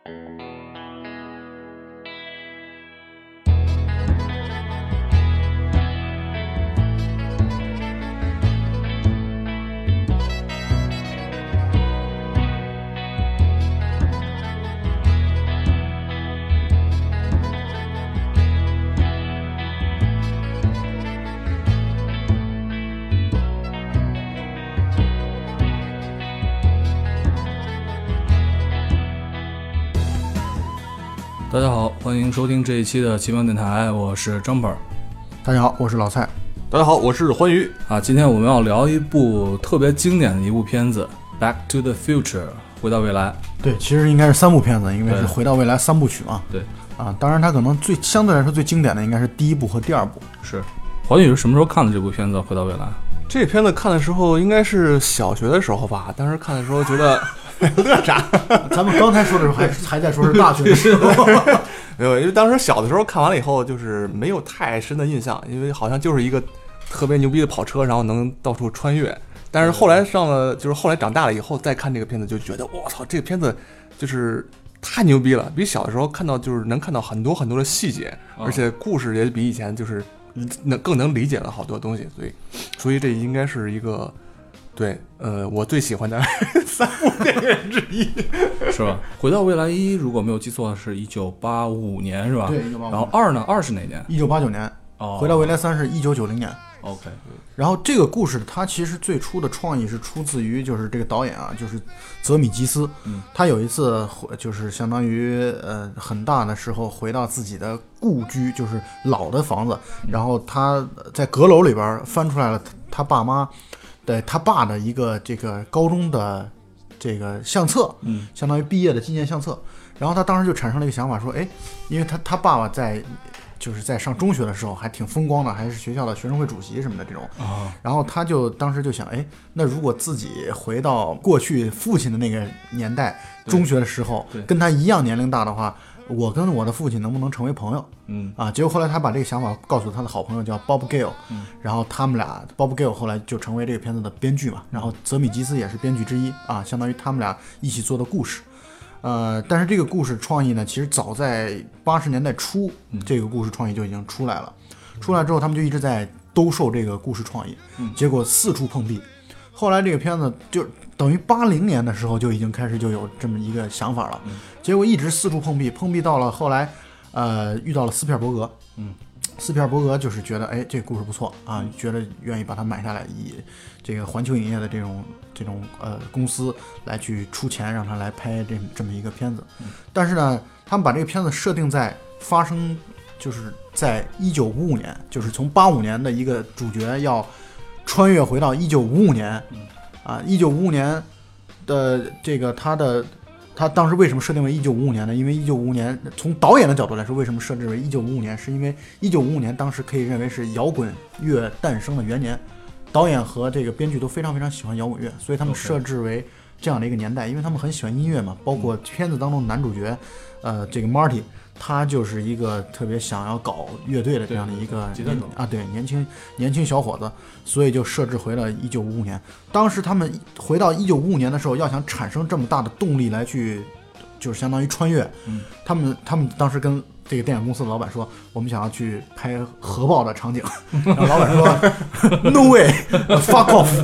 大家好，欢迎收听这一期的奇妙电台，我是张本。 大家好，我是老蔡。 大家好，我是欢愉啊。今天我们要聊一部特别经典的一部片子《Back to the Future》回到未来。 对，其实应该是三部片子，因为是回到未来三部曲嘛。 对啊，当然它可能相对来说最经典的应该是第一部和第二部。 是。欢愉是什么时候看的这部片子《回到未来》？ 这片子看的时候应该是小学的时候吧，当时看的时候觉得乐啥？ 咱们刚才说的时候还在说是大学的时候。 没有，因为当时小的时候看完了以后，就是没有太深的印象，因为好像就是一个特别牛逼的跑车，然后能到处穿越。但是后来后来长大了以后再看这个片子，就觉得我操，这个片子就是太牛逼了，比小的时候看到就是能看到很多很多的细节，而且故事也比以前就是更能理解了好多东西，所以这应该是一个对我最喜欢的三部电影之一， 是吧？回到未来一，如果没有记错是1985年，是吧？ 对，1985年。 然后二呢？二是哪年 ？1989年。 哦， 回到未来三是1990年。 OK。 然后这个故事它其实最初的创意是出自于就是这个导演啊，就是泽米吉斯。他有一次就是相当于很大的时候回到自己的故居，就是老的房子，然后他在阁楼里边翻出来了他爸妈对他爸的一个这个高中的这个相册，相当于毕业的纪念相册。然后他当时就产生了一个想法，说，哎，因为他爸爸就是在上中学的时候还挺风光的，还是学校的学生会主席什么的这种。然后他当时就想，哎，那如果自己回到过去父亲的那个年代，中学的时候，跟他一样年龄大的话，我跟我的父亲能不能成为朋友？结果后来他把这个想法告诉他的好朋友叫 Bob Gale，然后他们俩 Bob Gale 后来就成为这个片子的编剧嘛，然后泽米吉斯也是编剧之一啊，相当于他们俩一起做的故事。但是这个故事创意呢，其实早在80年代初，这个故事创意就已经出来了。出来之后，他们就一直在兜售这个故事创意，结果四处碰壁。后来这个片子就等于80年的时候就已经开始就有这么一个想法了，结果一直四处碰壁到了后来，遇到了斯皮尔伯格，斯皮尔伯格就是觉得，哎，这个故事不错啊，觉得愿意把它买下来，以这个环球影业的这种公司来去出钱让他来拍这么一个片子。但是呢，他们把这个片子设定在发生就是在1955年，就是从85年的一个主角要穿越回到1955年啊，1955年的这个他当时为什么设定为1955年呢？因为1955年从导演的角度来说，为什么设置为1955年？是因为1955年当时可以认为是摇滚乐诞生的元年，导演和这个编剧都非常非常喜欢摇滚乐，所以他们设置为这样的一个年代，因为他们很喜欢音乐嘛。包括片子当中的男主角，这个 Marty， 他就是一个特别想要搞乐队的这样的一个年轻小伙子，所以就设置回了1955年。当时他们回到1955年的时候，要想产生这么大的动力来去，就是相当于穿越，他们当时跟这个电影公司的老板说，我们想要去拍核爆的场景，然后老板说No way fuck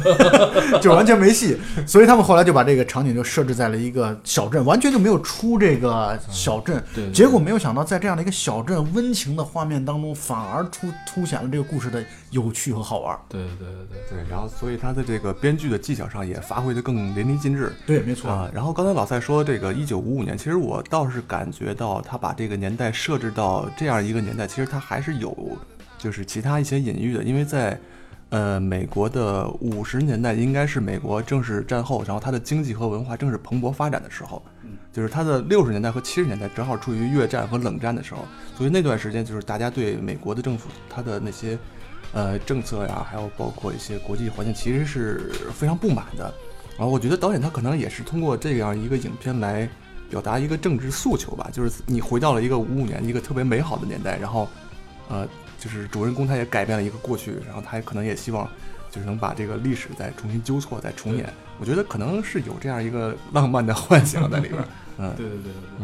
off 就完全没戏。所以他们后来就把这个场景就设置在了一个小镇，完全就没有出这个小镇，结果没有想到在这样的一个小镇温情的画面当中，反而凸显了这个故事的有趣和好玩。 对，然后所以他的这个编剧的技巧上也发挥得更淋漓尽致。 对，没错然后刚才老蔡说这个1955年，其实我倒是感觉到他把这个年代设置到这样一个年代，其实他还是有就是其他一些隐喻的，因为在美国的50年代应该是美国正是战后，然后它的经济和文化正是蓬勃发展的时候，就是它的60年代和70年代正好处于越战和冷战的时候，所以那段时间就是大家对美国的政府它的那些政策呀，还有包括一些国际环境其实是非常不满的。然后我觉得导演他可能也是通过这样一个影片来表达一个政治诉求吧，就是你回到了一个55年一个特别美好的年代，然后就是主人公他也改变了一个过去，然后他可能也希望就是能把这个历史再重新纠错再重演。我觉得可能是有这样一个浪漫的幻想在里边。 对。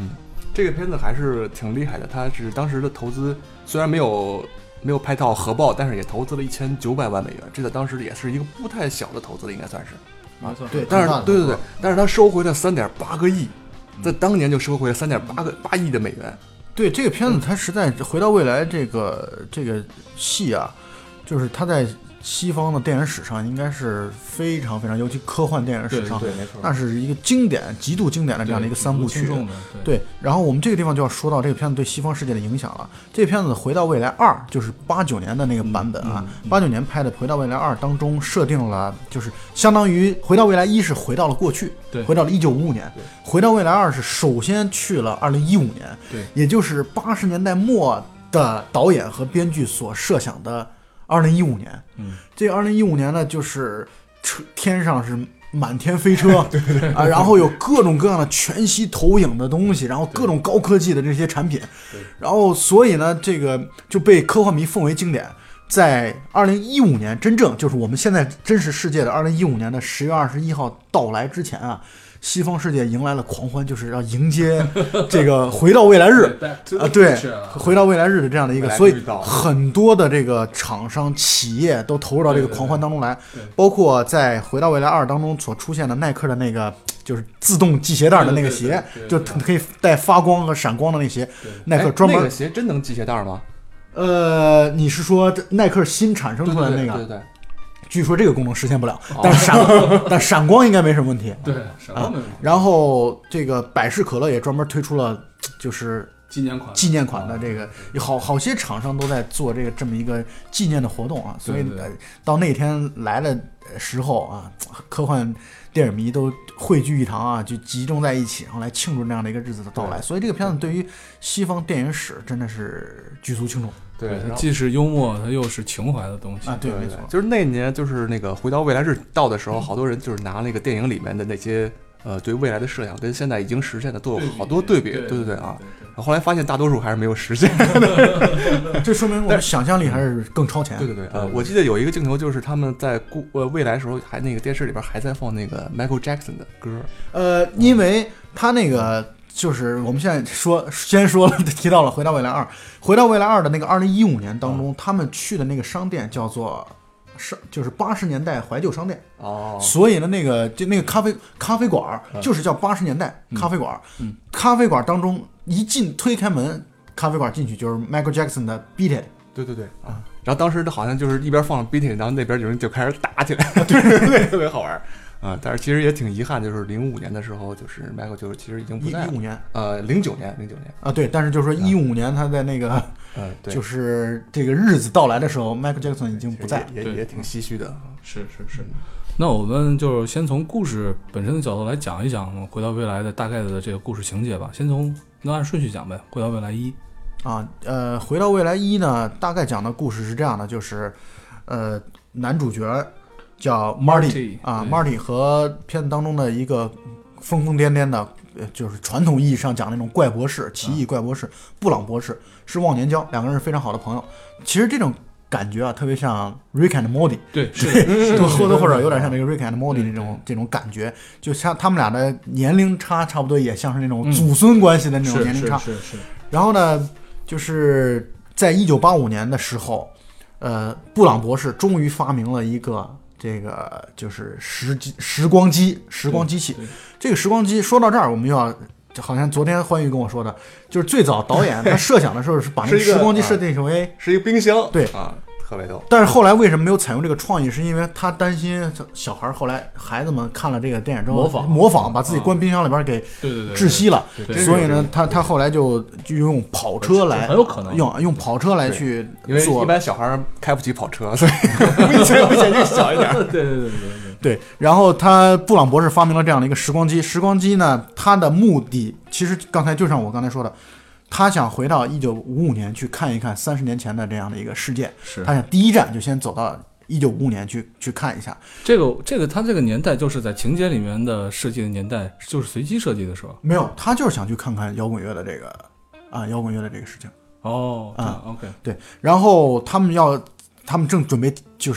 这个片子还是挺厉害的，它是当时的投资虽然没有拍到核爆，但是也投资了1900万美元，这在当时也是一个不太小的投资了，应该算是。 没错， 对， 但是对，但是他收回了3.8个亿，在当年就收回了3.8亿的美元。 对，这个片子它实在回到未来这个戏啊，就是它在西方的电影史上应该是非常非常，尤其科幻电影史上， 对，没错， 那是一个经典、极度经典的这样的一个3部曲。对，然后我们这个地方就要说到这个片子对西方世界的影响了。这个片子《回到未来2》就是89年的那个版本啊，89年拍的《回到未来2》当中设定了，就是相当于《回到未来1》是回到了过去， 对， 回到了1955年，《回到未来2》是首先去了2015年， 对， 也就是80年代末的导演和编剧所设想的2015年。这2015年呢，就是天上是满天飞车，对啊，然后有各种各样的全息投影的东西，然后各种高科技的这些产品，然后所以呢，这个就被科幻迷奉为经典。在2015年，真正就是我们现在真实世界的2015年的10月21号到来之前啊，西方世界迎来了狂欢，就是要迎接这个回到未来日啊，对，回到未来日的这样的一个，所以很多的这个厂商企业都投入到这个狂欢当中来，包括在回到未来2当中所出现的耐克的那个就是自动系鞋带的那个鞋，就可以带发光和闪光的那鞋，耐克专门那个鞋真能系鞋带吗？ 你是说耐克新产生出来的那个？ 对。 据说这个功能实现不了，但闪光应该没什么问题。 对，闪光没问题。 然后这个百事可乐也专门推出了就是纪念款的这个，好些厂商都在做这么一个纪念的活动啊。所以到那天来的时候啊，科幻电影迷都汇聚一堂啊，就集中在一起，然后来庆祝这样的一个日子的到来。所以这个片子对于西方电影史真的是举足轻重。 对，它既是幽默，它又是情怀的东西啊。对，没错。 就是那年，就是那个回到未来日到的时候，好多人就是拿那个电影里面的那些对未来的设想跟现在已经实现的都有好多对比。对啊。后来发现大多数还是没有实现这说明我们想象力还是更超前。 对。我记得有一个镜头就是他们在未来的时候，还那个电视里边还在放那个 Michael Jackson 的歌。 因为他那个。就是我们现在先说了，提到了《回到未来2》，《回到未来2》的那个2015年当中，他们去的那个商店叫做就是80年代怀旧商店哦， 所以呢，那个咖啡馆就是叫80年代咖啡馆。咖啡馆当中一推开门，咖啡馆进去就是 Michael Jackson 的 Beat It。 对啊，然后当时好像就是一边放 Beat It， 然后那边有人就开始打起来，对，特别好玩。但是其实也挺遗憾，就是05年的时候，就是 Michael 就是其实已经不在了。 15年 ，09年啊，对，但是就是说15年他在那个，就是这个日子到来的时候，Michael Jackson 已经不在， 也挺唏嘘的。 是。那我们就是先从故事本身的角度来讲一讲回到未来的大概的这个故事情节吧。先从那按顺序讲呗，回到未来1 啊，回到未来1呢，大概讲的故事是这样的，就是男主角叫 Marty 啊 ，Marty 和片子当中的一个疯疯癫癫的，就是传统意义上讲那种怪博士、奇异怪博士布朗博士是忘年交，两个人是非常好的朋友。其实这种感觉啊，特别像 Rick and Morty， 对， 或多或少有点像那个 Rick and Morty 这种感觉，就像他们俩的年龄差不多也像是那种祖孙关系的那种年龄差。 是。 然后呢，就是在1985年的时候，布朗博士终于发明了一个。这个就是时光机器。这个时光机说到这儿，我们又要，好像昨天欢愉跟我说的，就是最早导演他设想的时候是把那个时光机设定成为是一个冰箱， 对啊，特别逗。 但是后来为什么没有采用这个创意？是因为他担心小孩后来孩子们看了这个电影之后模仿，把自己关冰箱里边给窒息了。所以呢，他后来就用跑车来， 很有可能用跑车来去做， 因为一般小孩开不起跑车，所以危险性小一点。 对。然后布朗博士发明了这样的一个时光机。时光机呢，它的目的其实刚才就像我刚才说的，他想回到1955年去看一看30年前的这样的一个世界。 是， 他想第一站就先走到1955年去看一下。 这个他这个年代就是在情节里面的设计的年代，就是随机设计的是吧？ 没有，他就是想去看看摇滚乐的这个事情。 哦，OK， 对。然后他们正准备就是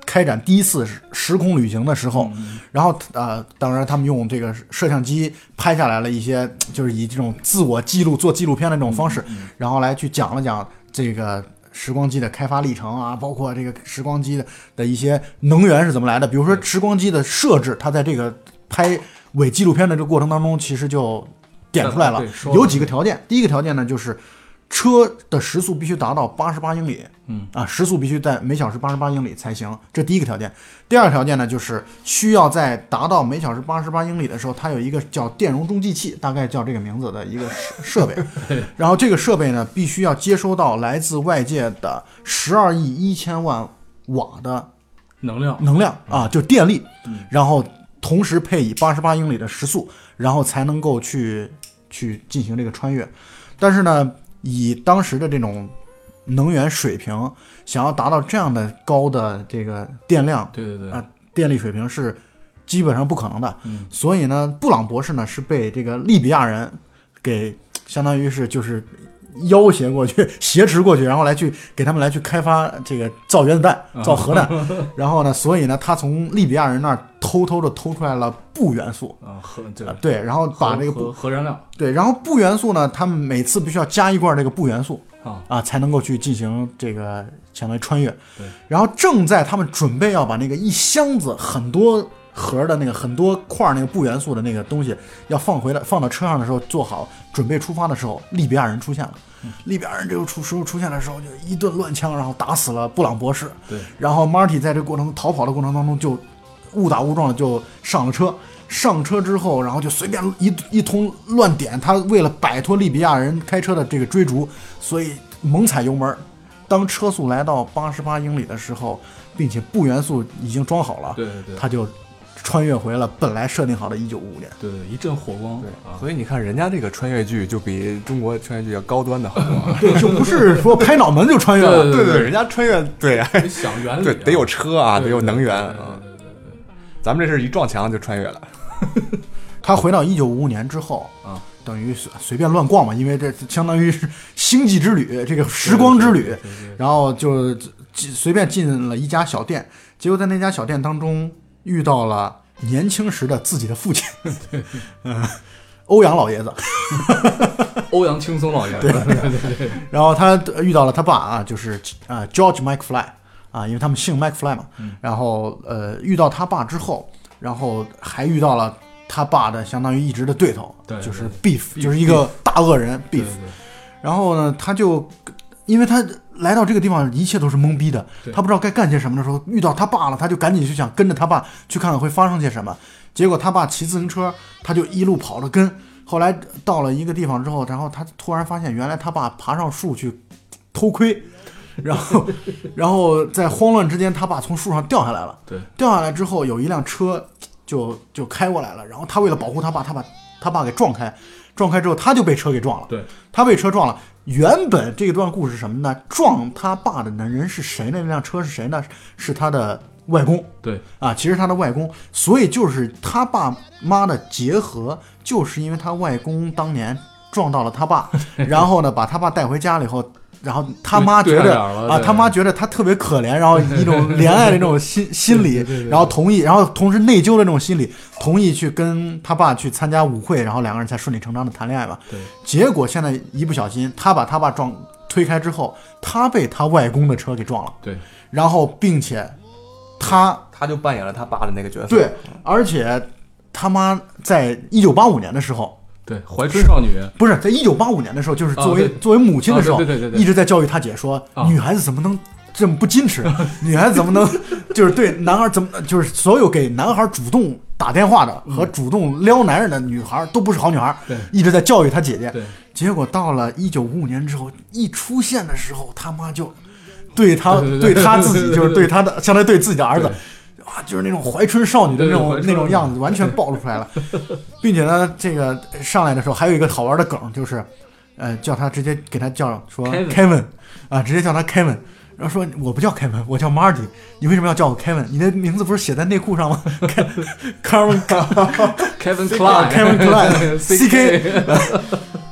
开展第一次时空旅行的时候，然后当然他们用这个摄像机拍下来了一些，就是以这种自我记录做纪录片的这种方式，然后来去讲了讲这个时光机的开发历程啊，包括这个时光机的一些能源是怎么来的，比如说时光机的设置，它在这个拍伪纪录片的这个过程当中，其实就点出来了，有几个条件。第一个条件呢，就是车的时速必须达到88英里，时速必须在每小时88英里才行，这第一个条件。第二个条件呢，就是需要在达到每小时88英里的时候，它有一个叫电容中继器，大概叫这个名字的一个设备，然后这个设备呢，必须要接收到来自外界的12亿1000万瓦的能量啊，就电力，然后同时配以88英里的时速，然后才能够去进行这个穿越。但是呢，以当时的这种能源水平，想要达到这样的高的这个电量， 对电力水平是基本上不可能的。所以呢，布朗博士呢是被这个利比亚人给相当于是就是要挟过去、挟持过去，然后给他们来去开发这个造原子弹、造核弹。然后呢，所以呢，他从利比亚人那儿偷偷的偷出来了钚元素对，然后把这个核燃料对，然后钚元素呢，他们每次必须要加一罐这个钚元素才能够去进行这个相当于穿越。 对， 然后正在他们准备要把那个一箱子很多盒的那个很多块那个钚元素的那个东西要放到车上的时候，做好准备出发的时候，利比亚人出现了。利比亚人这个时候出现的时候，就一顿乱枪，然后打死了布朗博士。 对， 然后 Marty 在这个过程逃跑的过程当中，就误打误撞的就上了车。上车之后，然后就随便一通乱点。他为了摆脱利比亚人开车的这个追逐，所以猛踩油门。当车速来到88英里的时候，并且钚元素已经装好了， 对， 他就穿越回了本来设定好的1955年。 对，一阵火光。 对，所以你看人家这个穿越剧就比中国穿越剧要高端的好多。 对，就不是说拍脑门就穿越了。 对， 人家穿越对想原理， 对，得有车啊，得有能源啊。对， 咱们这是一撞墙就穿越了。 他回到1955年之后等于随便乱逛嘛，因为这相当于是星际之旅，这个时光之旅，然后就随便进了一家小店，结果在那家小店当中遇到了年轻时的自己的父亲，欧阳老爷子， 欧阳青松老爷子，对。 然后他遇到了他爸就是George McFly因为他们姓 McFly 嘛，然后遇到他爸之后，然后还遇到了他爸的相当于一直的对头，就是 Beef， 就是一个大恶人 Beef。然后呢，他就因为他来到这个地方，一切都是懵逼的，他不知道该干些什么的时候，遇到他爸了，他就赶紧就想跟着他爸去看看会发生些什么。结果他爸骑自行车，他就一路跑着跟。后来到了一个地方之后，然后他突然发现，原来他爸爬上树去偷窥。然后在慌乱之间，他爸从树上掉下来了。 对， 掉下来之后，有一辆车就开过来了。然后他为了保护他爸，他把他爸给撞开之后，他就被车给撞了。 对， 他被车撞了。原本这段故事是什么呢？撞他爸的男人是谁呢？那辆车是谁呢？是他的外公。 对其实他的外公，所以就是他爸妈的结合，就是因为他外公当年撞到了他爸，然后呢把他爸带回家了以后。然后他妈觉得他妈觉得他特别可怜，然后一种怜爱的这种心理，然后同意，然后同时内疚的这种心理，同意去跟他爸去参加舞会，然后两个人才顺理成章的谈恋爱嘛。 对。 结果现在一不小心，他把他爸推开之后，他被他外公的车给撞了。 对。 然后并且他就扮演了他爸的那个角色。 对，而且他妈在1985年的时候。 对，怀春少女不是在1985年的时候，就是作为母亲的时候， 对， 一直在教育他姐说，女孩子怎么能这么不矜持？女孩子怎么能就是对男孩怎么就是所有给男孩主动打电话的和主动撩男人的女孩都不是好女孩。 对， 一直在教育他姐姐。 对， 结果到了1955年之后，一出现的时候，他妈就对他自己就是对他的相当于对自己的儿子。就是那种怀春少女的那种样子，完全暴露出来了，并且呢，这个上来的时候还有一个好玩的梗，就是叫他直接给他叫说 Kevin 直接叫他 Kevin， 然后说我不叫 Kevin， 我叫 Marty， 你为什么要叫我 Kevin？ 你的名字不是写在内裤上吗 ？Kevin Klein CK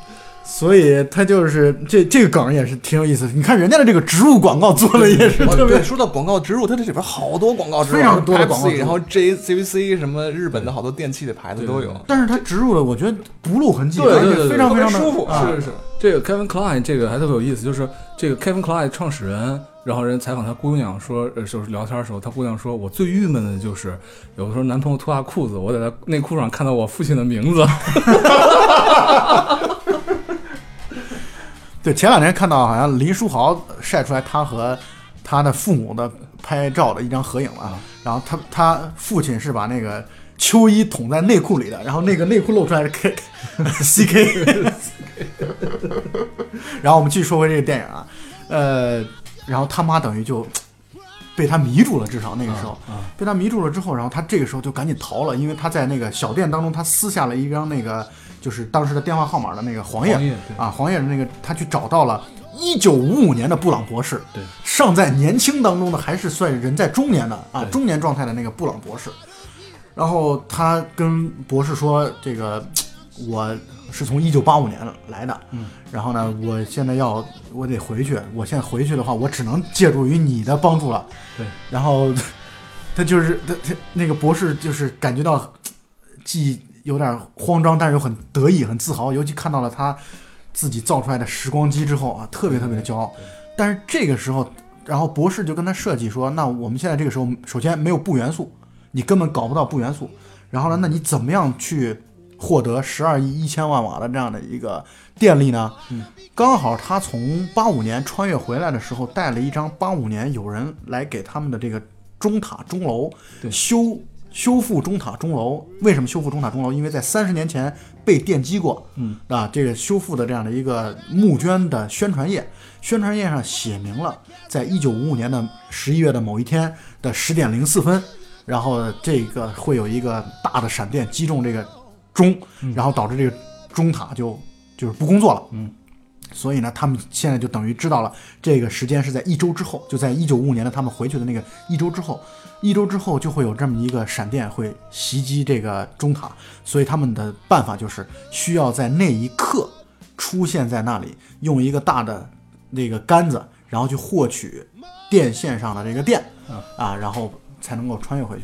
所以他就是这个梗也是挺有意思的。你看人家的这个植入广告做的也是特别。 对，说到广告植入，它这里边好多广告植入， 非常多的广告植入， 然后 JCVC 什么日本的好多电器的牌子都有。 但是它植入的我觉得不露痕迹， 对， 非常非常的舒服。 是。这个 Kevin Klein 这个还特别有意思，就是这个 Kevin Klein 创始人，然后人采访他姑娘说，就是聊天的时候，他姑娘说，我最郁闷的就是有的时候男朋友脱下裤子，我在他内裤上看到我父亲的名字。 对，前两天看到好像林书豪晒出来他和他的父母的拍照的一张合影了，然后他父亲是把那个秋衣捅在内裤里的，然后那个内裤露出来是 CK。然后我们继续说回这个电影啊，然后他妈等于就被他迷住了，至少那个时候被他迷住了之后，然后他这个时候就赶紧逃了，因为他在那个小店当中他撕下了一张那个就是当时的电话号码的那个黄页啊，黄页的那个他去找到了1955年的布朗博士， 对， 尚在年轻当中的还是算人在中年的啊，中年状态的那个布朗博士。然后他跟博士说，这个我是从1985年来的，然后呢，我现在我得回去，我现在回去的话，我只能借助于你的帮助了。 对， 然后他那个博士就是感觉到既有点慌张，但是又很得意、很自豪，尤其看到了他自己造出来的时光机之后啊，特别特别的骄傲。但是这个时候，然后博士就跟他设计说，那我们现在这个时候，首先没有钚元素。你根本搞不到钚元素，然后呢，那你怎么样去获得12亿1000万瓦的这样的一个电力呢？刚好他从85年穿越回来的时候，带了一张85年有人来给他们的这个钟塔钟楼修复钟塔钟楼。为什么修复钟塔钟楼？因为在30年前被电击过，这个修复的这样的一个募捐的宣传页上写明了，在1955年的11月的某一天的10点04分。然后这个会有一个大的闪电击中这个钟，然后导致这个钟塔就是不工作了。所以呢，他们现在就等于知道了这个时间是在1周之后，就在1955年的他们回去的那个1周之后，1周之后就会有这么一个闪电会袭击这个钟塔，所以他们的办法就是需要在那一刻出现在那里，用一个大的那个杆子，然后去获取电线上的这个电然后才能够穿越回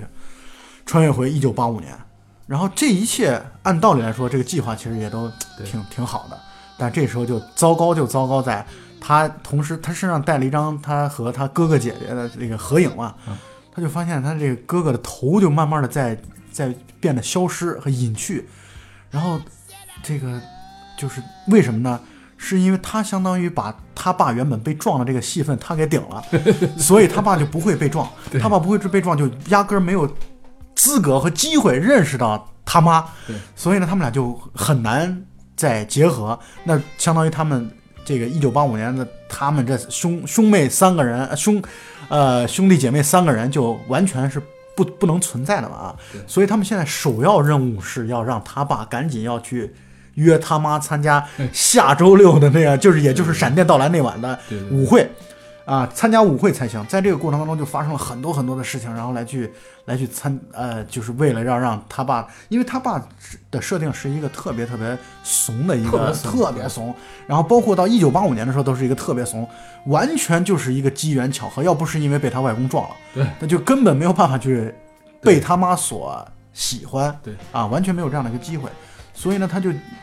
1985年。然后这一切按道理来说，这个计划其实也都挺好的，但这时候就糟糕在他同时他身上带了一张他和他哥哥姐姐的这个合影嘛，他就发现他这个哥哥的头就慢慢的在变得消失和隐去，然后这个就是为什么呢？是因为他相当于把他爸原本被撞的这个戏份他给顶了，所以他爸就不会被撞，他爸不会被撞，就压根儿没有资格和机会认识到他妈，所以呢，他们俩就很难再结合。那相当于他们这个1985年的他们这兄妹3个人，兄弟姐妹3个人就完全是不能存在的了啊！所以他们现在首要任务是要让他爸赶紧要去约他妈参加下周6的那个，也就是闪电到来那晚的舞会啊，参加舞会才行。在这个过程当中就发生了很多很多的事情，然后来去就是为了让他爸，因为他爸的设定是一个特别特别怂的一个特别怂，然后包括到1985年的时候都是一个特别怂，完全就是一个机缘巧合，要不是因为被他外公撞了，那就根本没有办法去被他妈所喜欢，完全没有这样的一个机会。所以呢，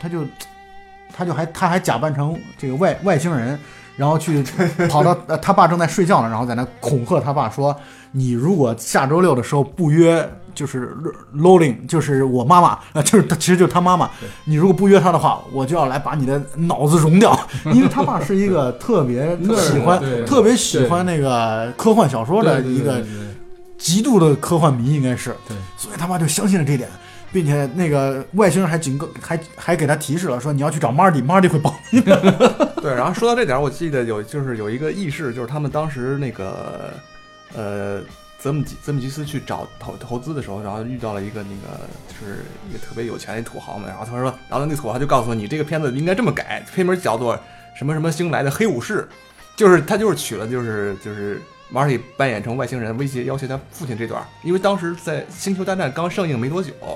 他还假扮成这个外星人，然后去跑到他爸正在睡觉呢，然后在那恐吓他爸说：“你如果下周6的时候不约，就是 Loling， 就是我妈妈，就是其实就是他妈妈。你如果不约他的话，我就要来把你的脑子融掉。”因为他爸是一个特别喜欢那个科幻小说的一个极度的科幻迷，应该是，所以他爸就相信了这点。并且那个外星人还给他提示了，说你要去找 Marty 会帮你。 对，然后说到这点，我记得有一个轶事，就是他们当时那个泽姆吉斯去找投资的时候，然后遇到了一个就是一个特别有钱的土豪嘛，然后他说，然后那土豪就告诉你这个片子应该这么改，片名叫做什么什么星来的黑武士，就是他取了就是Marty 扮演成外星人威胁要挟他父亲这段，因为当时在星球大战刚上映没多久。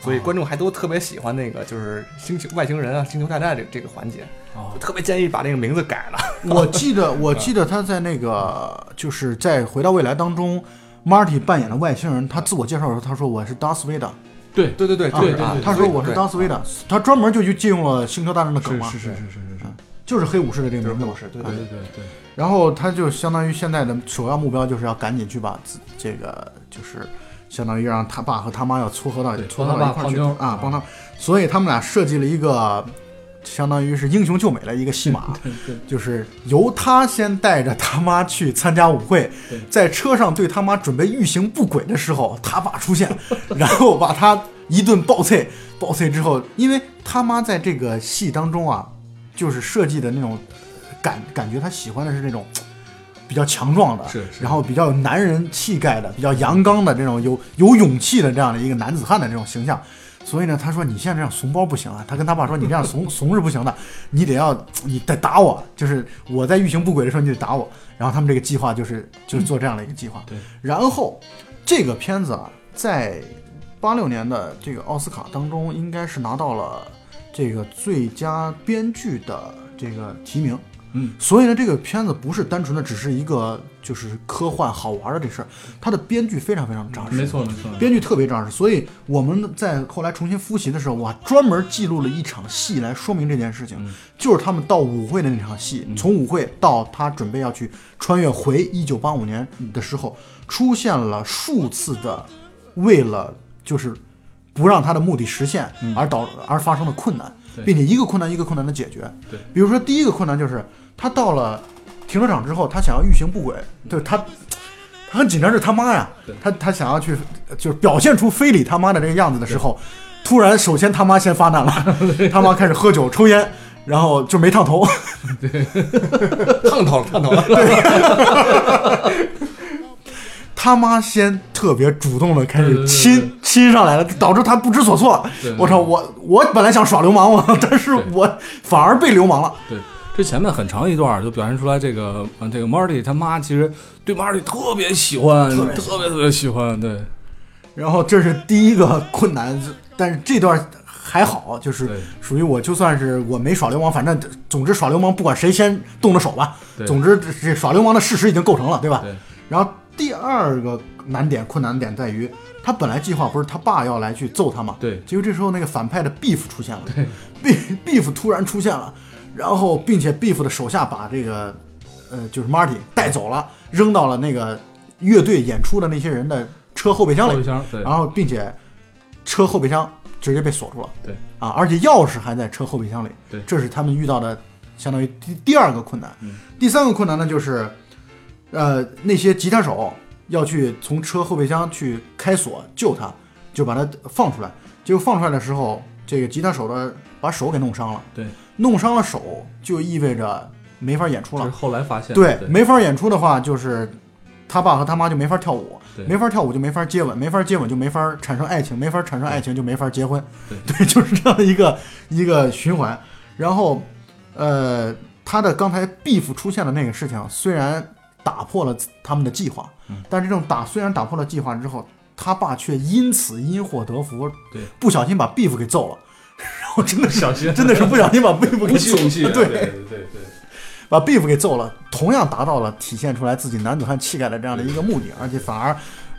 所以观众还都特别喜欢那个就是外星人啊、星球大战这个环节，就特别建议把这个名字改了。 我记得他在那个就是在回到未来当中，Marty 扮演的外星人，他自我介绍的时候他说我是 Darth Vader。 对， 他说我是 Darth Vader，他专门就去借用了星球大战的梗嘛， 是， 就是黑武士的这个名字， 对。 然后他就相当于现在的首要目标就是要赶紧去把这个就是相当于让他爸和他妈要撮合到一块去啊，帮他，所以他们俩设计了一个相当于是英雄救美的一个戏码，就是由他先带着他妈去参加舞会，在车上对他妈准备欲行不轨的时候，他爸出现，然后把他一顿暴啐之后，因为他妈在这个戏当中啊，就是设计的那种感觉，他喜欢的是那种比较强壮的，然后比较有男人气概的，比较阳刚的这种有勇气的这样的一个男子汉的这种形象。所以呢，他说你现在这样怂包不行啊，他跟他爸说你这样怂是不行的，你得打我，就是我在欲行不轨的时候你得打我。然后他们这个计划就是做这样的一个计划。 对。 然后这个片子啊，在86年的这个奥斯卡当中，应该是拿到了这个最佳编剧的这个提名。所以呢，这个片子不是单纯的只是一个就是科幻好玩的这事儿，它的编剧非常非常扎实， 没错， 编剧特别扎实。所以我们在后来重新复习的时候，我还专门记录了一场戏来说明这件事情，就是他们到舞会的那场戏，从舞会到他准备要去穿越回1985年的时候，出现了数次的为了就是不让他的目的实现而发生的困难，并且一个困难一个困难的解决。 对， 比如说第一个困难就是他到了停车场之后，他想要欲行不轨，就是他很紧张，是他妈呀，他想要去就是表现出非礼他妈的这个样子的时候，突然首先他妈先发难了，他妈开始喝酒抽烟，然后就没烫头， 对， 烫头了，对。 他妈先特别主动的开始亲上来了，导致他不知所措。我操，我本来想耍流氓，但是我反而被流氓了。 对，这前面很长一段就表现出来这个Marty 他妈其实对 Marty 特别喜欢，特别喜欢。对， 然后这是第一个困难，但是这段还好，就是属于我就算是我没耍流氓，反正总之耍流氓不管谁先动的手吧，总之这耍流氓的事实已经构成了，对吧？ 对。 然后第二个困难点在于，他本来计划不是他爸要来去揍他嘛？ 对。 结果这时候那个反派的 Beef 出现了，对 ，Beef 突然出现了，然后并且 Beef 的手下把这个就是 Marty 带走了，扔到了那个乐队演出的那些人的车后备箱里，然后并且车后备箱直接被锁住了， 对啊，而且钥匙还在车后备箱里， 对， 这是他们遇到的相当于第二个困难。第三个困难呢就是。那些吉他手要去从车后备箱去开锁救他，就把他放出来。结果放出来的时候，这个吉他手的把手给弄伤了。 对， 弄伤了手就意味着没法演出了。 这是后来发现。 对，没法演出的话，就是他爸和他妈就没法跳舞，没法跳舞就没法接吻，没法接吻就没法产生爱情，没法产生爱情就没法结婚。对，就是这样的一个循环。然后，他的刚才 Beef 出现的那个事情，虽然打破了他们的计划，但是这种虽然打破了计划之后，他爸却因此因祸得福， 对， 不小心把 Beef 给揍了，然后真的是不小心把 Beef 给揍了，对，把 Beef 给揍了，同样达到了体现出来自己男子汉气概的这样的一个目的，而且反而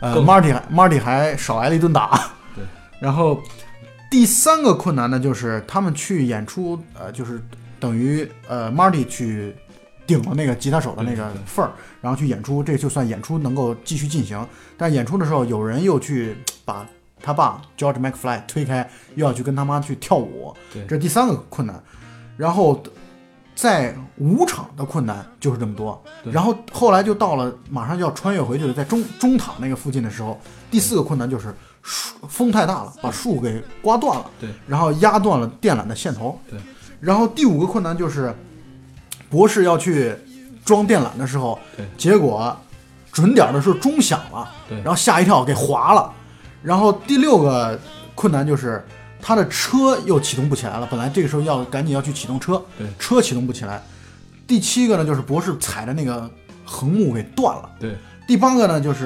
Marty 还少挨了一顿打。 对， 然后第三个困难呢，就是他们去演出，就是等于Marty 去顶了那个吉他手的那个份儿，然后去演出，这就算演出能够继续进行。但演出的时候，有人又去把他爸 George McFly 推开，又要去跟他妈去跳舞，这是第三个困难。然后在舞场的困难就是这么多，然后后来就到了马上就要穿越回去了，在中塔那个附近的时候，第四个困难就是风太大了，把树给刮断了， 对， 然后压断了电缆的线头， 对， 然后第五个困难就是博士要去装电缆的时候，结果准点的时候钟响了，然后吓一跳给划了。然后第六个困难就是他的车又启动不起来了，本来这个时候赶紧要去启动车，车启动不起来。第七个呢就是博士踩的那个横木给断了， 对。 第八个呢就是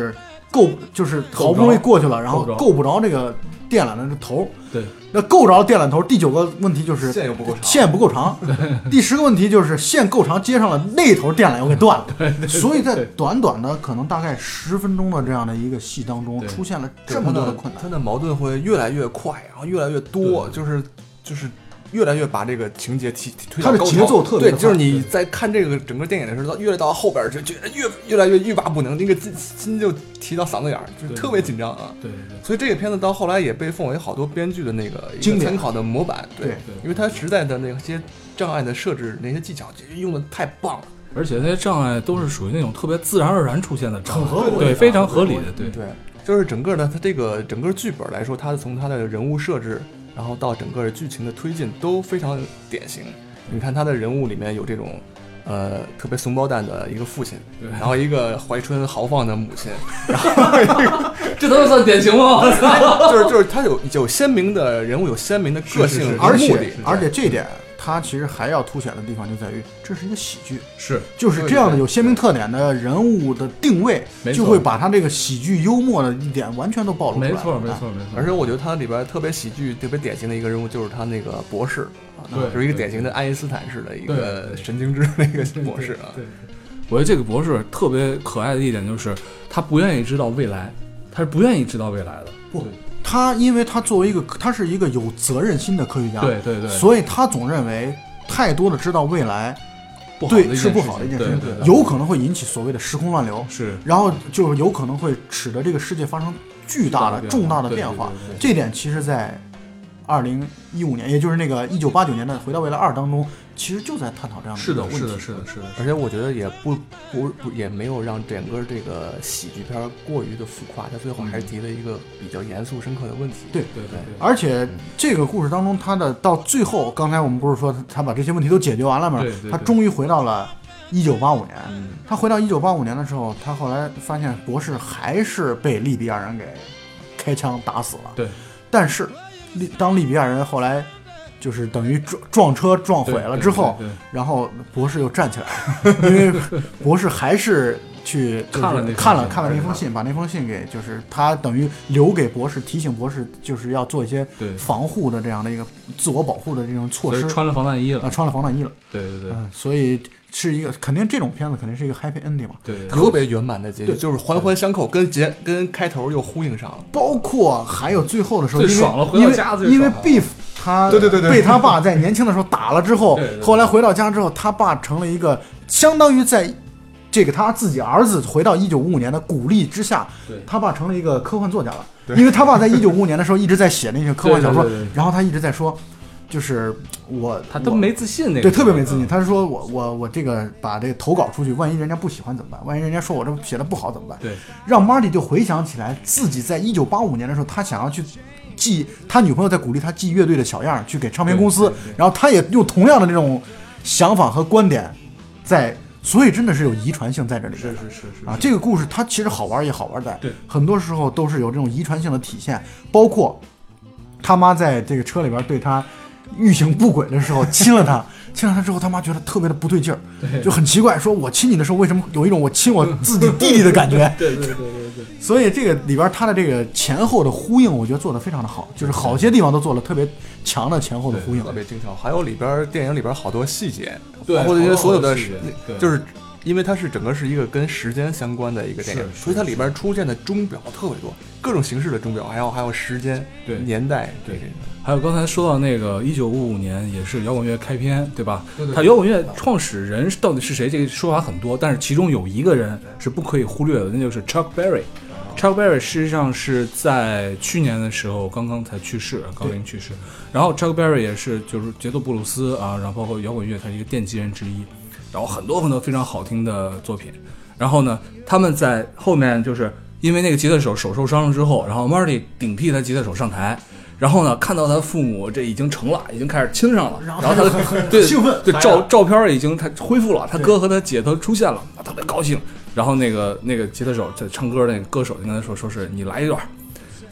就是好不容易过去了，然后够不着这个电缆的这头。 对， 那够着电缆头。第9个问题就是线又不够长， 线不够长。第10个问题就是线够长，接上了那头电缆又给断了。 对， 所以在短短的可能大概10分钟的这样的一个戏当中，出现了这么多的困难。 它的矛盾会越来越快，然后越来越多，就是越来越把这个情节推到高潮。 它的节奏特别对，就是你在看这个整个电影的时候，越到后边就觉得越来越欲罢不能，那个心就提到嗓子眼儿，就特别紧张啊。 对， 所以这个片子到后来也被奉为好多编剧的那个一个参考的模板。对，因为它实在的那些障碍的设置那些技巧用的太棒了， 而且那些障碍都是属于那种特别自然而然出现的障碍，对，非常合理的。对， 就是整个的它这个整个剧本来说，它从它的人物设置。然后到整个剧情的推进都非常典型。你看他的人物里面有这种，特别怂包蛋的一个父亲，然后一个怀春豪放的母亲，然后这都算典型吗？ 就是他有鲜明的人物，有鲜明的个性， 而且这点他其实还要凸显的地方就在于，这是一个喜剧，就是这样的有鲜明特点的人物的定位，就会把他这个喜剧幽默的一点完全都暴露出来。 没错。 而且我觉得他里边特别喜剧、特别典型的一个人物就是他那个博士，就是一个典型的爱因斯坦式的一个神经质的一个博士啊。 我觉得这个博士特别可爱的一点就是他不愿意知道未来，他是不愿意知道未来的。 不。他因为他作为他是一个有责任心的科学家， 对， 所以他总认为太多的知道未来是不好的一件事情，有可能会引起所谓的时空乱流，然后就有可能会使得这个世界发生巨大的重大的变化。这点其实在2015年，也就是那个1989年的《回到未来2》当中，其实就在探讨这样的问题。 是的。 而且我觉得也没有让整个这个喜剧片过于的浮夸，他最后还是提了一个比较严肃深刻的问题。 对。而且这个故事当中，他的到最后，刚才我们不是说他把这些问题都解决完了吗？他终于回到了1985年。他回到1985年的时候，他后来发现博士还是被利比亚人给开枪打死了。 对。 但是当利比亚人后来就是等于撞车撞毁了之后，然后博士又站起来了，因为博士还是去看了那封信，把那封信给就是他等于留给博士，提醒博士就是要做一些防护的这样的一个自我保护的这种措施， 穿了防弹衣了， 对，所以是一个肯定这种片子肯定是一个 happy ending 嘛， 对，特别圆满的结局，就是环环相扣，跟开头又呼应上了， 包括还有最后的时候， 最爽了，回到家最爽了， 因为 Beef 他被他爸在年轻的时候打了之后，后来回到家之后，他爸成了一个相当于在这个他自己儿子回到1955年的鼓励之下，他爸成了一个科幻作家了，因为他爸在1955年的时候一直在写那些科幻小说，然后他一直在说。就是他都没自信，那个对特别没自信。他是说我这个把这个投稿出去，万一人家不喜欢怎么办？万一人家说我这写的不好怎么办？ 对， 让 Marty 就回想起来自己在1985年的时候，他想要去寄他女朋友在鼓励他寄乐队的小样去给唱片公司，然后他也用同样的这种想法和观点在。所以真的是有遗传性在这里边， 是啊，这个故事它其实好玩也好玩在，很多时候都是有这种遗传性的体现，包括他妈在这个车里边对他欲行不轨的时候亲了他之后，他妈觉得特别的不对劲儿，就很奇怪，说我亲你的时候为什么有一种我亲我自己弟弟的感觉？ 对。 所以这个里边他的这个前后的呼应，我觉得做得非常的好，就是好些地方都做了特别强的前后的呼应， 特别精巧。还有电影里边好多细节， 对， 包括这些所有的，就是因为它是整个是一个跟时间相关的一个电影，所以它里边出现的钟表特别多，各种形式的钟表，还有时间、年代， 还有刚才说到那个1955年也是摇滚乐开篇，对吧？他摇滚乐创始人到底是谁？这个说法很多，但是其中有一个人是不可以忽略的，那就是 Chuck Berry。Chuck Berry 实际上是在去年的时候刚刚才去世，高龄去世。然后 Chuck Berry 也是就是节奏布鲁斯啊，然后包括摇滚乐，他是一个奠基人之一。然后很多非常好听的作品。然后呢，他们在后面就是因为那个吉他手手受伤了之后，然后 Marty 顶替他吉他手上台。然后呢，看到他父母这已经成了，已经开始亲上了，然后他对兴奋， 对照片已经他恢复了，他哥和他姐都出现了，他特别高兴。然后那个吉他手在唱歌那个歌手就跟他说是你来一段，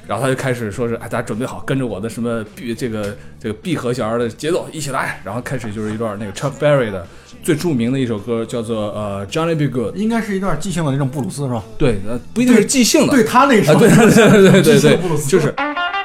然后他就开始说是大家准备好跟着我的什么这个 B 和弦的节奏一起来，然后开始就是一段那个 Chuck Berry 的最著名的一首歌叫做Johnny B. Good， 应该是一段即兴的那种布鲁斯是吧？ 对，不一定是即兴的， 对他那首， 对，就是。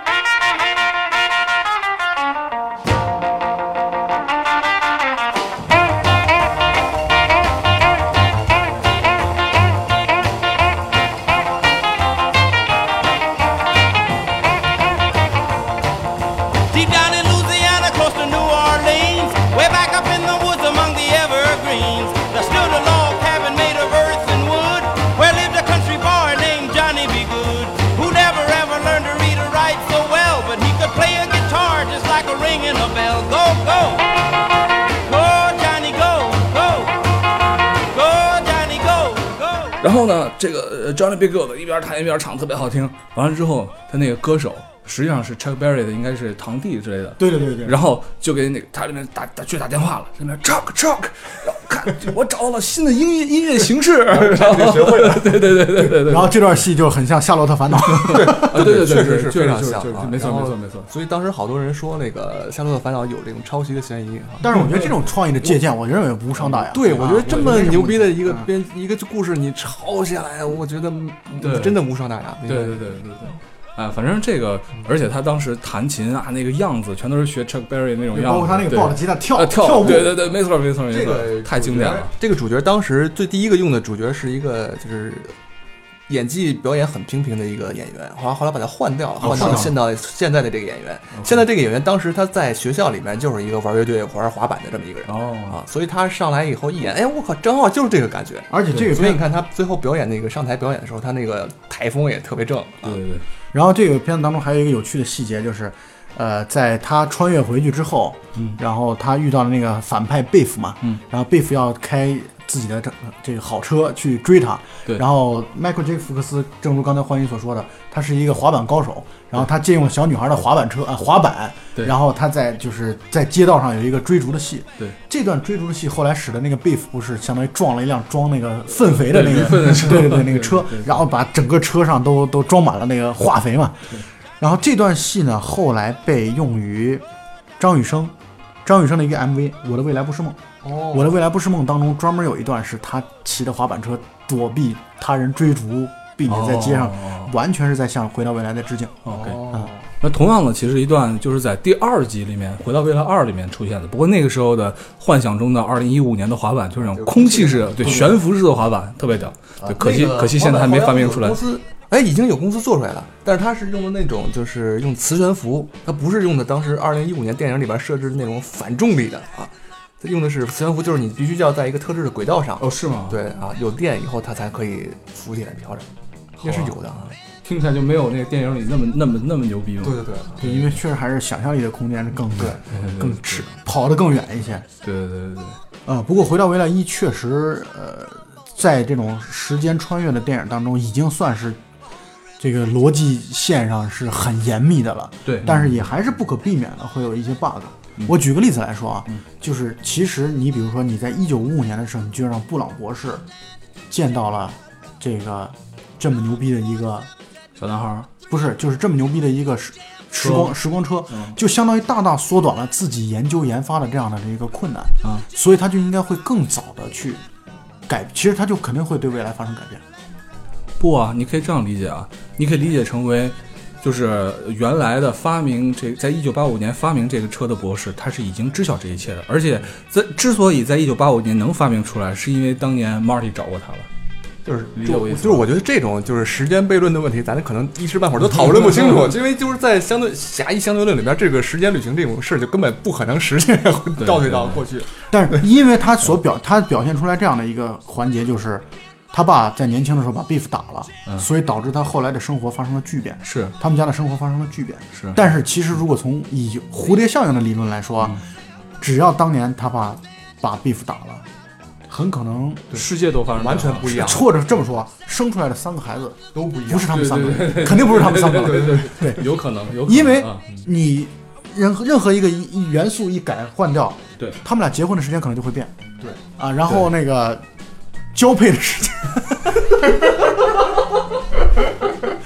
然后呢，这个 Johnny B. Good 一边弹一边唱，特别好听。完了之后，他那个歌手实际上是 Chuck Berry 的，应该是堂弟之类的。 对。 然后就给那个他这边去打电话了，这边 Chuck， 然后看我找到了新的音乐形式，然后学会了。对。 然后这段戏就很像《夏洛特烦恼》。 对， 确实是非常像， 没错。 所以当时好多人说那个《夏洛特烦恼》有这种抄袭的嫌疑。但是我觉得这种创意的借鉴，我认为无伤大雅。 对，我觉得这么牛逼的一个故事，你抄下来，我觉得真的无伤大雅。 对。反正这个，而且他当时弹琴啊，那个样子全都是学 Chuck Berry 那种样子， 包括他那个抱着吉他跳舞， 对，没错，这个太经典了。 这个主角当时第一个用的主角是一个就是演技表演很平平的一个演员，后来把他换掉了，换到现在的这个演员。现在这个演员当时他在学校里面就是一个玩乐队、玩滑板的这么一个人所以他上来以后一演，哎，我靠，正好就是这个感觉。 而且这个， 所以你看他最后表演那个上台表演的时候，他那个台风也特别正。 对。 然后这个片子当中还有一个有趣的细节，就是，在他穿越回去之后，然后他遇到了那个反派贝夫嘛，然后贝夫要开自己的这个好车去追他， 对， 然后迈克尔·杰克福克斯，正如刚才欢愉所说的，他是一个滑板高手，然后他借用了小女孩的滑板， 对， 然后他在街道上有一个追逐的戏， 对， 这段追逐的戏后来使得那个贝夫不是相当于撞了一辆装那个粪肥的那个对那个车，然后把整个车上都装满了那个化肥嘛，然后这段戏呢后来被用于张雨生的一个 MV《我的未来不是梦》。我的未来不是梦当中专门有一段是他骑的滑板车躲避他人追逐，并且在街上完全是在向回到未来的致敬。 那同样的，其实一段就是在第2集里面《回到未来2》里面出现的。不过那个时候的幻想中的2015年的滑板就是那种空气式的，对，悬浮式的滑板，特别屌。对，可惜现在还没发明出来。 已经有公司做出来了，但是它是用的那种就是用磁悬浮，它不是用的当时2015年电影里边设置的那种反重力的用的是磁悬浮，就是你必须要在一个特制的轨道上。 是吗？ 对有电以后它才可以浮起来飘着，也是有的听起来就没有那个电影里那么牛逼吗？ 对，因为确实还是想象力的空间是更跑得更远一些。 对。 不过回到未来1确实在这种时间穿越的电影当中已经算是这个逻辑线上是很严密的了。 对， 但是也还是不可避免的会有一些 bug。我举个例子来说就是其实你比如说你在1955年的时候，你就让布朗博士见到了这个这么牛逼的一个小男孩， 不是，就是这么牛逼的一个时光车，就相当于大大缩短了自己研发的这样的一个困难所以他就应该会更早的去其实他就肯定会对未来发生改变。 不你可以这样理解你可以理解成为就是原来的发明在1985年发明这个车的博士，他是已经知晓这一切的，而且之所以在1985年能发明出来，是因为当年 Marty 找过他了。 就是我觉得这种就是时间悖论的问题，咱可能一时半会儿都讨论不清楚，因为就是在狭义相对论里边，这个时间旅行这种事就根本不可能实现倒退到过去。 但是因为他表现出来这样的一个环节，就是他爸在年轻的时候把 Beef 打了，所以导致他后来的生活发生了巨变， 是他们家的生活发生了巨变。 是， 但是其实如果从以蝴蝶效应的理论来说，只要当年他爸把 Beef 打了，很可能世界都发生完全不一样， 或者这么说，生出来的3个孩子都不一样， 不是他们3个，肯定不是他们3个了。 对，有可能， 因为你任何一个元素一改换掉， 对， 他们俩结婚的时间可能就会变， 对然后那个交配的时间， 对，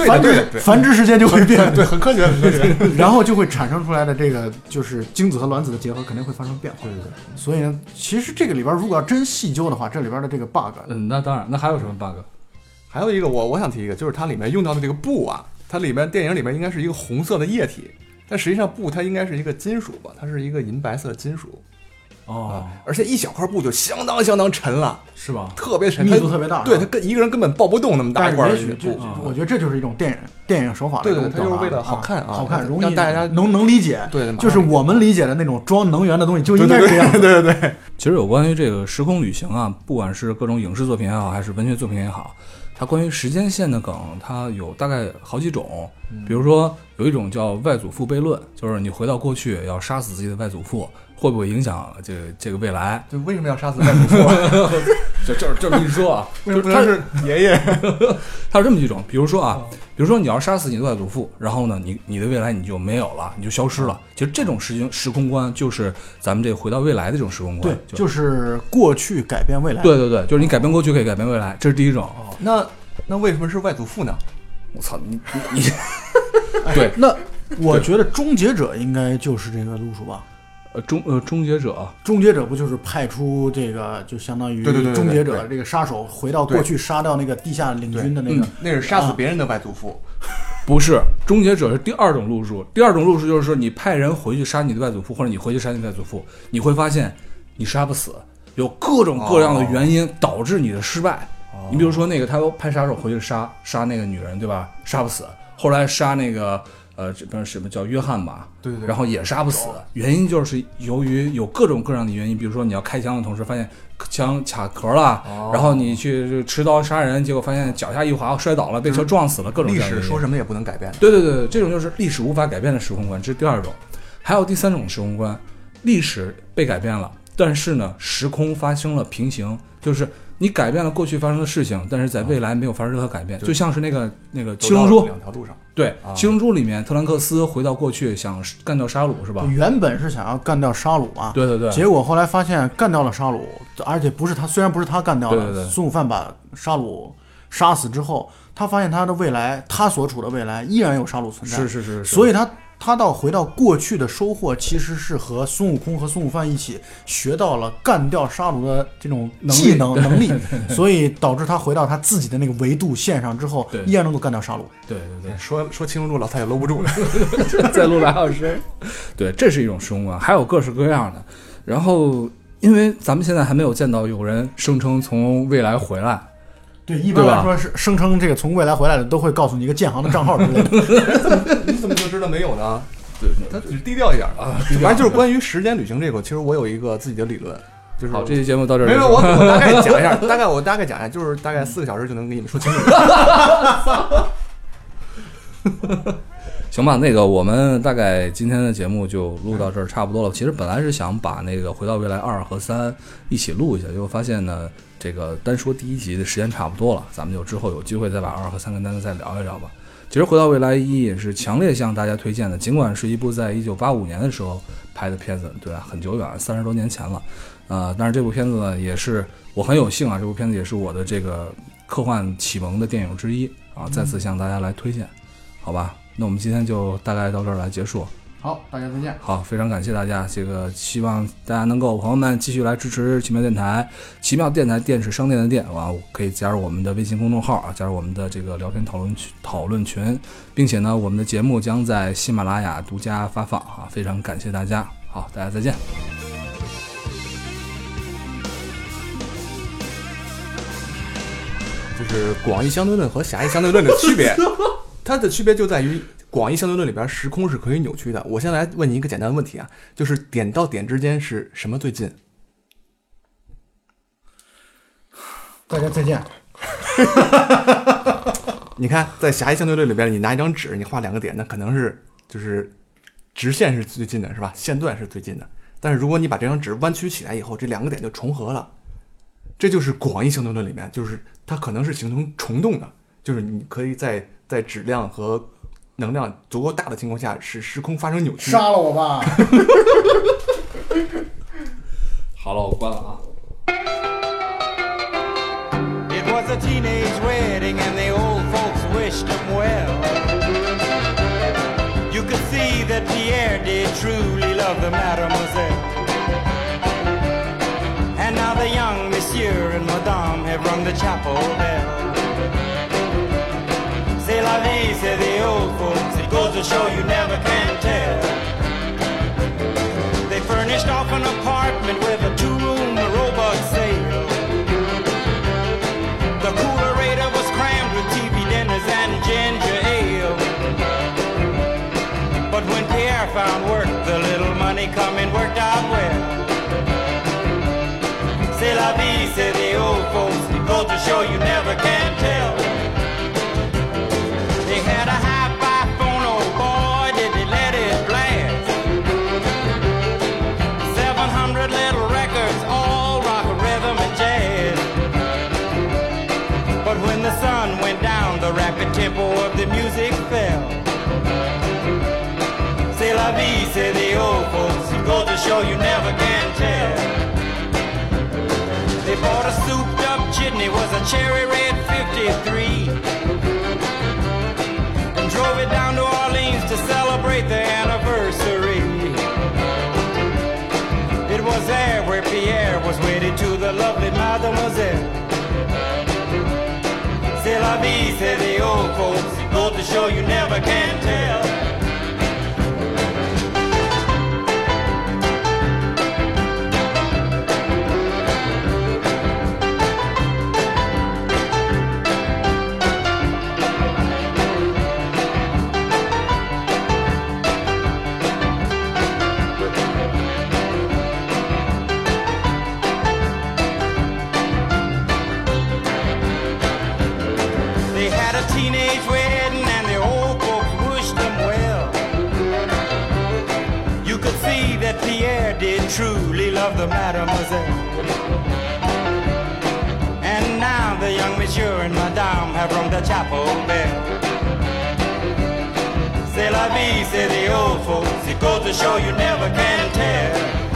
繁殖时间就会变， 对，很科学，很科学。 然后就会产生出来的这个就是精子和卵子的结合肯定会发生变化。 对对对。 所以呢，其实这个里边如果要真细究的话，这里边的这个 bug， 那当然，那还有什么 bug？ 还有一个我想提一个，就是它里面用到的这个布啊，它里面电影里面应该是一个红色的液体，但实际上布它应该是一个金属吧，它是一个银白色的金属。而且一小块布就相当沉了， 是吧？ 特别沉， 密度特别大。 对，它跟一个人根本抱不动那么大一块布。 我觉得这就是一种电影手法的。 对，它就是为了好看啊， 好看，容易让大家能理解。 对， 就是我们理解的那种装能源的东西就应该是这样。 对。 其实有关于这个时空旅行啊，不管是各种影视作品也好，还是文学作品也好，它关于时间线的梗，它有大概好几种。比如说有一种叫外祖父悖论，就是你回到过去要杀死自己的外祖父。会不会影响这个未来？ 就为什么要杀死外祖父？ 就是这么一说啊， 就是他是爷爷， 他有这么几种，比如说你要杀死你的外祖父，然后呢，你的未来你就没有了，你就消失了。其实这种时空观就是咱们这回到未来的这种时空观， 对，就是过去改变未来。 对，就是你改变过去可以改变未来，这是第一种。 那为什么是外祖父呢？ 我操你对， 那我觉得终结者应该就是这个路数吧。 终结者不就是派出这个就相当于对终结者这个杀手回到过去杀掉那个地下领军的那个， 那是杀死别人的外祖父。 不是，终结者是第二种路数。第二种路数就是说，你派人回去杀你的外祖父，或者你回去杀你的外祖父，你会发现你杀不死，有各种各样的原因导致你的失败。你比如说那个他派杀手回去杀那个女人，对吧？杀不死，后来杀那个。这边什么叫约翰吧？ 对， 然后也杀不死，原因就是由于有各种各样的原因，比如说你要开枪的同时发现枪卡壳了，然后你去持刀杀人，结果发现脚下一滑摔倒了，被车撞死了，各种历史说什么也不能改变。 对，这种就是历史无法改变的时空观，这是第二种。还有第三种时空观，历史被改变了，但是呢，时空发生了平行，就是你改变了过去发生的事情，但是在未来没有发生任何改变，就像是那个七龙珠两条路上。 对，七龙珠里面特兰克斯回到过去想干掉沙鲁是吧？ 原本是想要干掉沙鲁嘛， 对， 结果后来发现干掉了沙鲁，而且不是他，虽然不是他干掉的， 对， 孙悟饭把沙鲁杀死之后，他发现他的未来，他所处的未来依然有沙鲁存在， 是， 所以他回到过去的收获其实是和孙悟空和孙悟饭一起学到了干掉沙鲁的这种技能力，所以导致他回到他自己的那个维度线上之后，依然能够干掉沙鲁。 对， 说七龙珠老蔡也搂不住了， 再录2小时。对，这是一种时空观，还有各式各样的。然后，因为咱们现在还没有见到有人声称从未来回来。 对，一般来说是声称这个从未来回来的都会告诉你一个建行的账号之类的。 你怎么就知道没有呢？对，他只是低调一点啊。反正就是关于时间旅行这个，其实我有一个自己的理论，就是好，这期节目到这儿。 没有，我大概讲一下，我大概讲一下，就是大概4个小时就能给你们说清楚。 行吧，我们大概今天的节目就录到这儿差不多了。其实本来是想把那个《回到未来2》和3一起录一下，结果发现呢，这个单说第1集的时间差不多了，咱们就之后有机会再把2和3跟大家再聊一聊吧。其实《回到未来1》也是强烈向大家推荐的，尽管是一部在1985年的时候拍的片子，对吧？很久远，30多年前了。但是这部片子呢，也是我很有幸啊，这部片子也是我的这个科幻启蒙的电影之一啊，再次向大家来推荐，好吧？那我们今天就大概到这儿来结束。 好，大家再见。 好，非常感谢大家，希望大家能够朋友们继续来支持奇妙电台。奇妙电台，电是商店的店，可以加入我们的微信公众号啊，加入我们的这个聊天讨论群，并且呢，我们的节目将在喜马拉雅独家发放啊，非常感谢大家。好，大家再见。 就是广义相对论和狭义相对论的区别，它的区别就在于广义相对论里边时空是可以扭曲的。我先来问你一个简单的问题啊，就是点到点之间是什么最近？ 大家再见。 你看，在狭义相对论里边，你拿一张纸，你画2个点，那可能是就是直线是最近的，是吧？线段是最近的。但是如果你把这张纸弯曲起来以后，这2个点就重合了。这就是广义相对论里面，就是它可能是形成虫洞的，就是你可以在质量和能量足够大的情况下，使时空发生扭曲。 杀了我吧！ 好了，我关了啊。 It was a teenage wedding and the old folks wished them well. love the mademoiselle. And now the young monsieur and madame have rung the chapel bell. C'est la vie, say the old folks, it goes to show you never can tell. They furnished off an apartment with a two-room robot sale. The coolerator was crammed with TV dinners and ginger ale. But when Pierre found work, the little money coming worked out well. C'est la vie, say the old folks, it goes to show you never can tell. They had a hi-fi phone, oh boy, did they let it blast. 700 little records, all rock, rhythm, and jazz. But when the sun went down, the rapid tempo of the music fell. C'est la vie, say the old folks, it goes to show you never can tell. They bought a souped up jitney, was a cherry red 53, and drove it down to Orleans to celebrate the anniversary. It was there where Pierre was wedded to the lovely mademoiselle. C'est la vie, say the old folks, it goes to show you never can tell. Teenage wedding and the old folks wished them well. You could see that Pierre did truly love the mademoiselle. And now the young monsieur and madame have rung the chapel bell. C'est la vie, say the old folks, it goes to show you never can tell.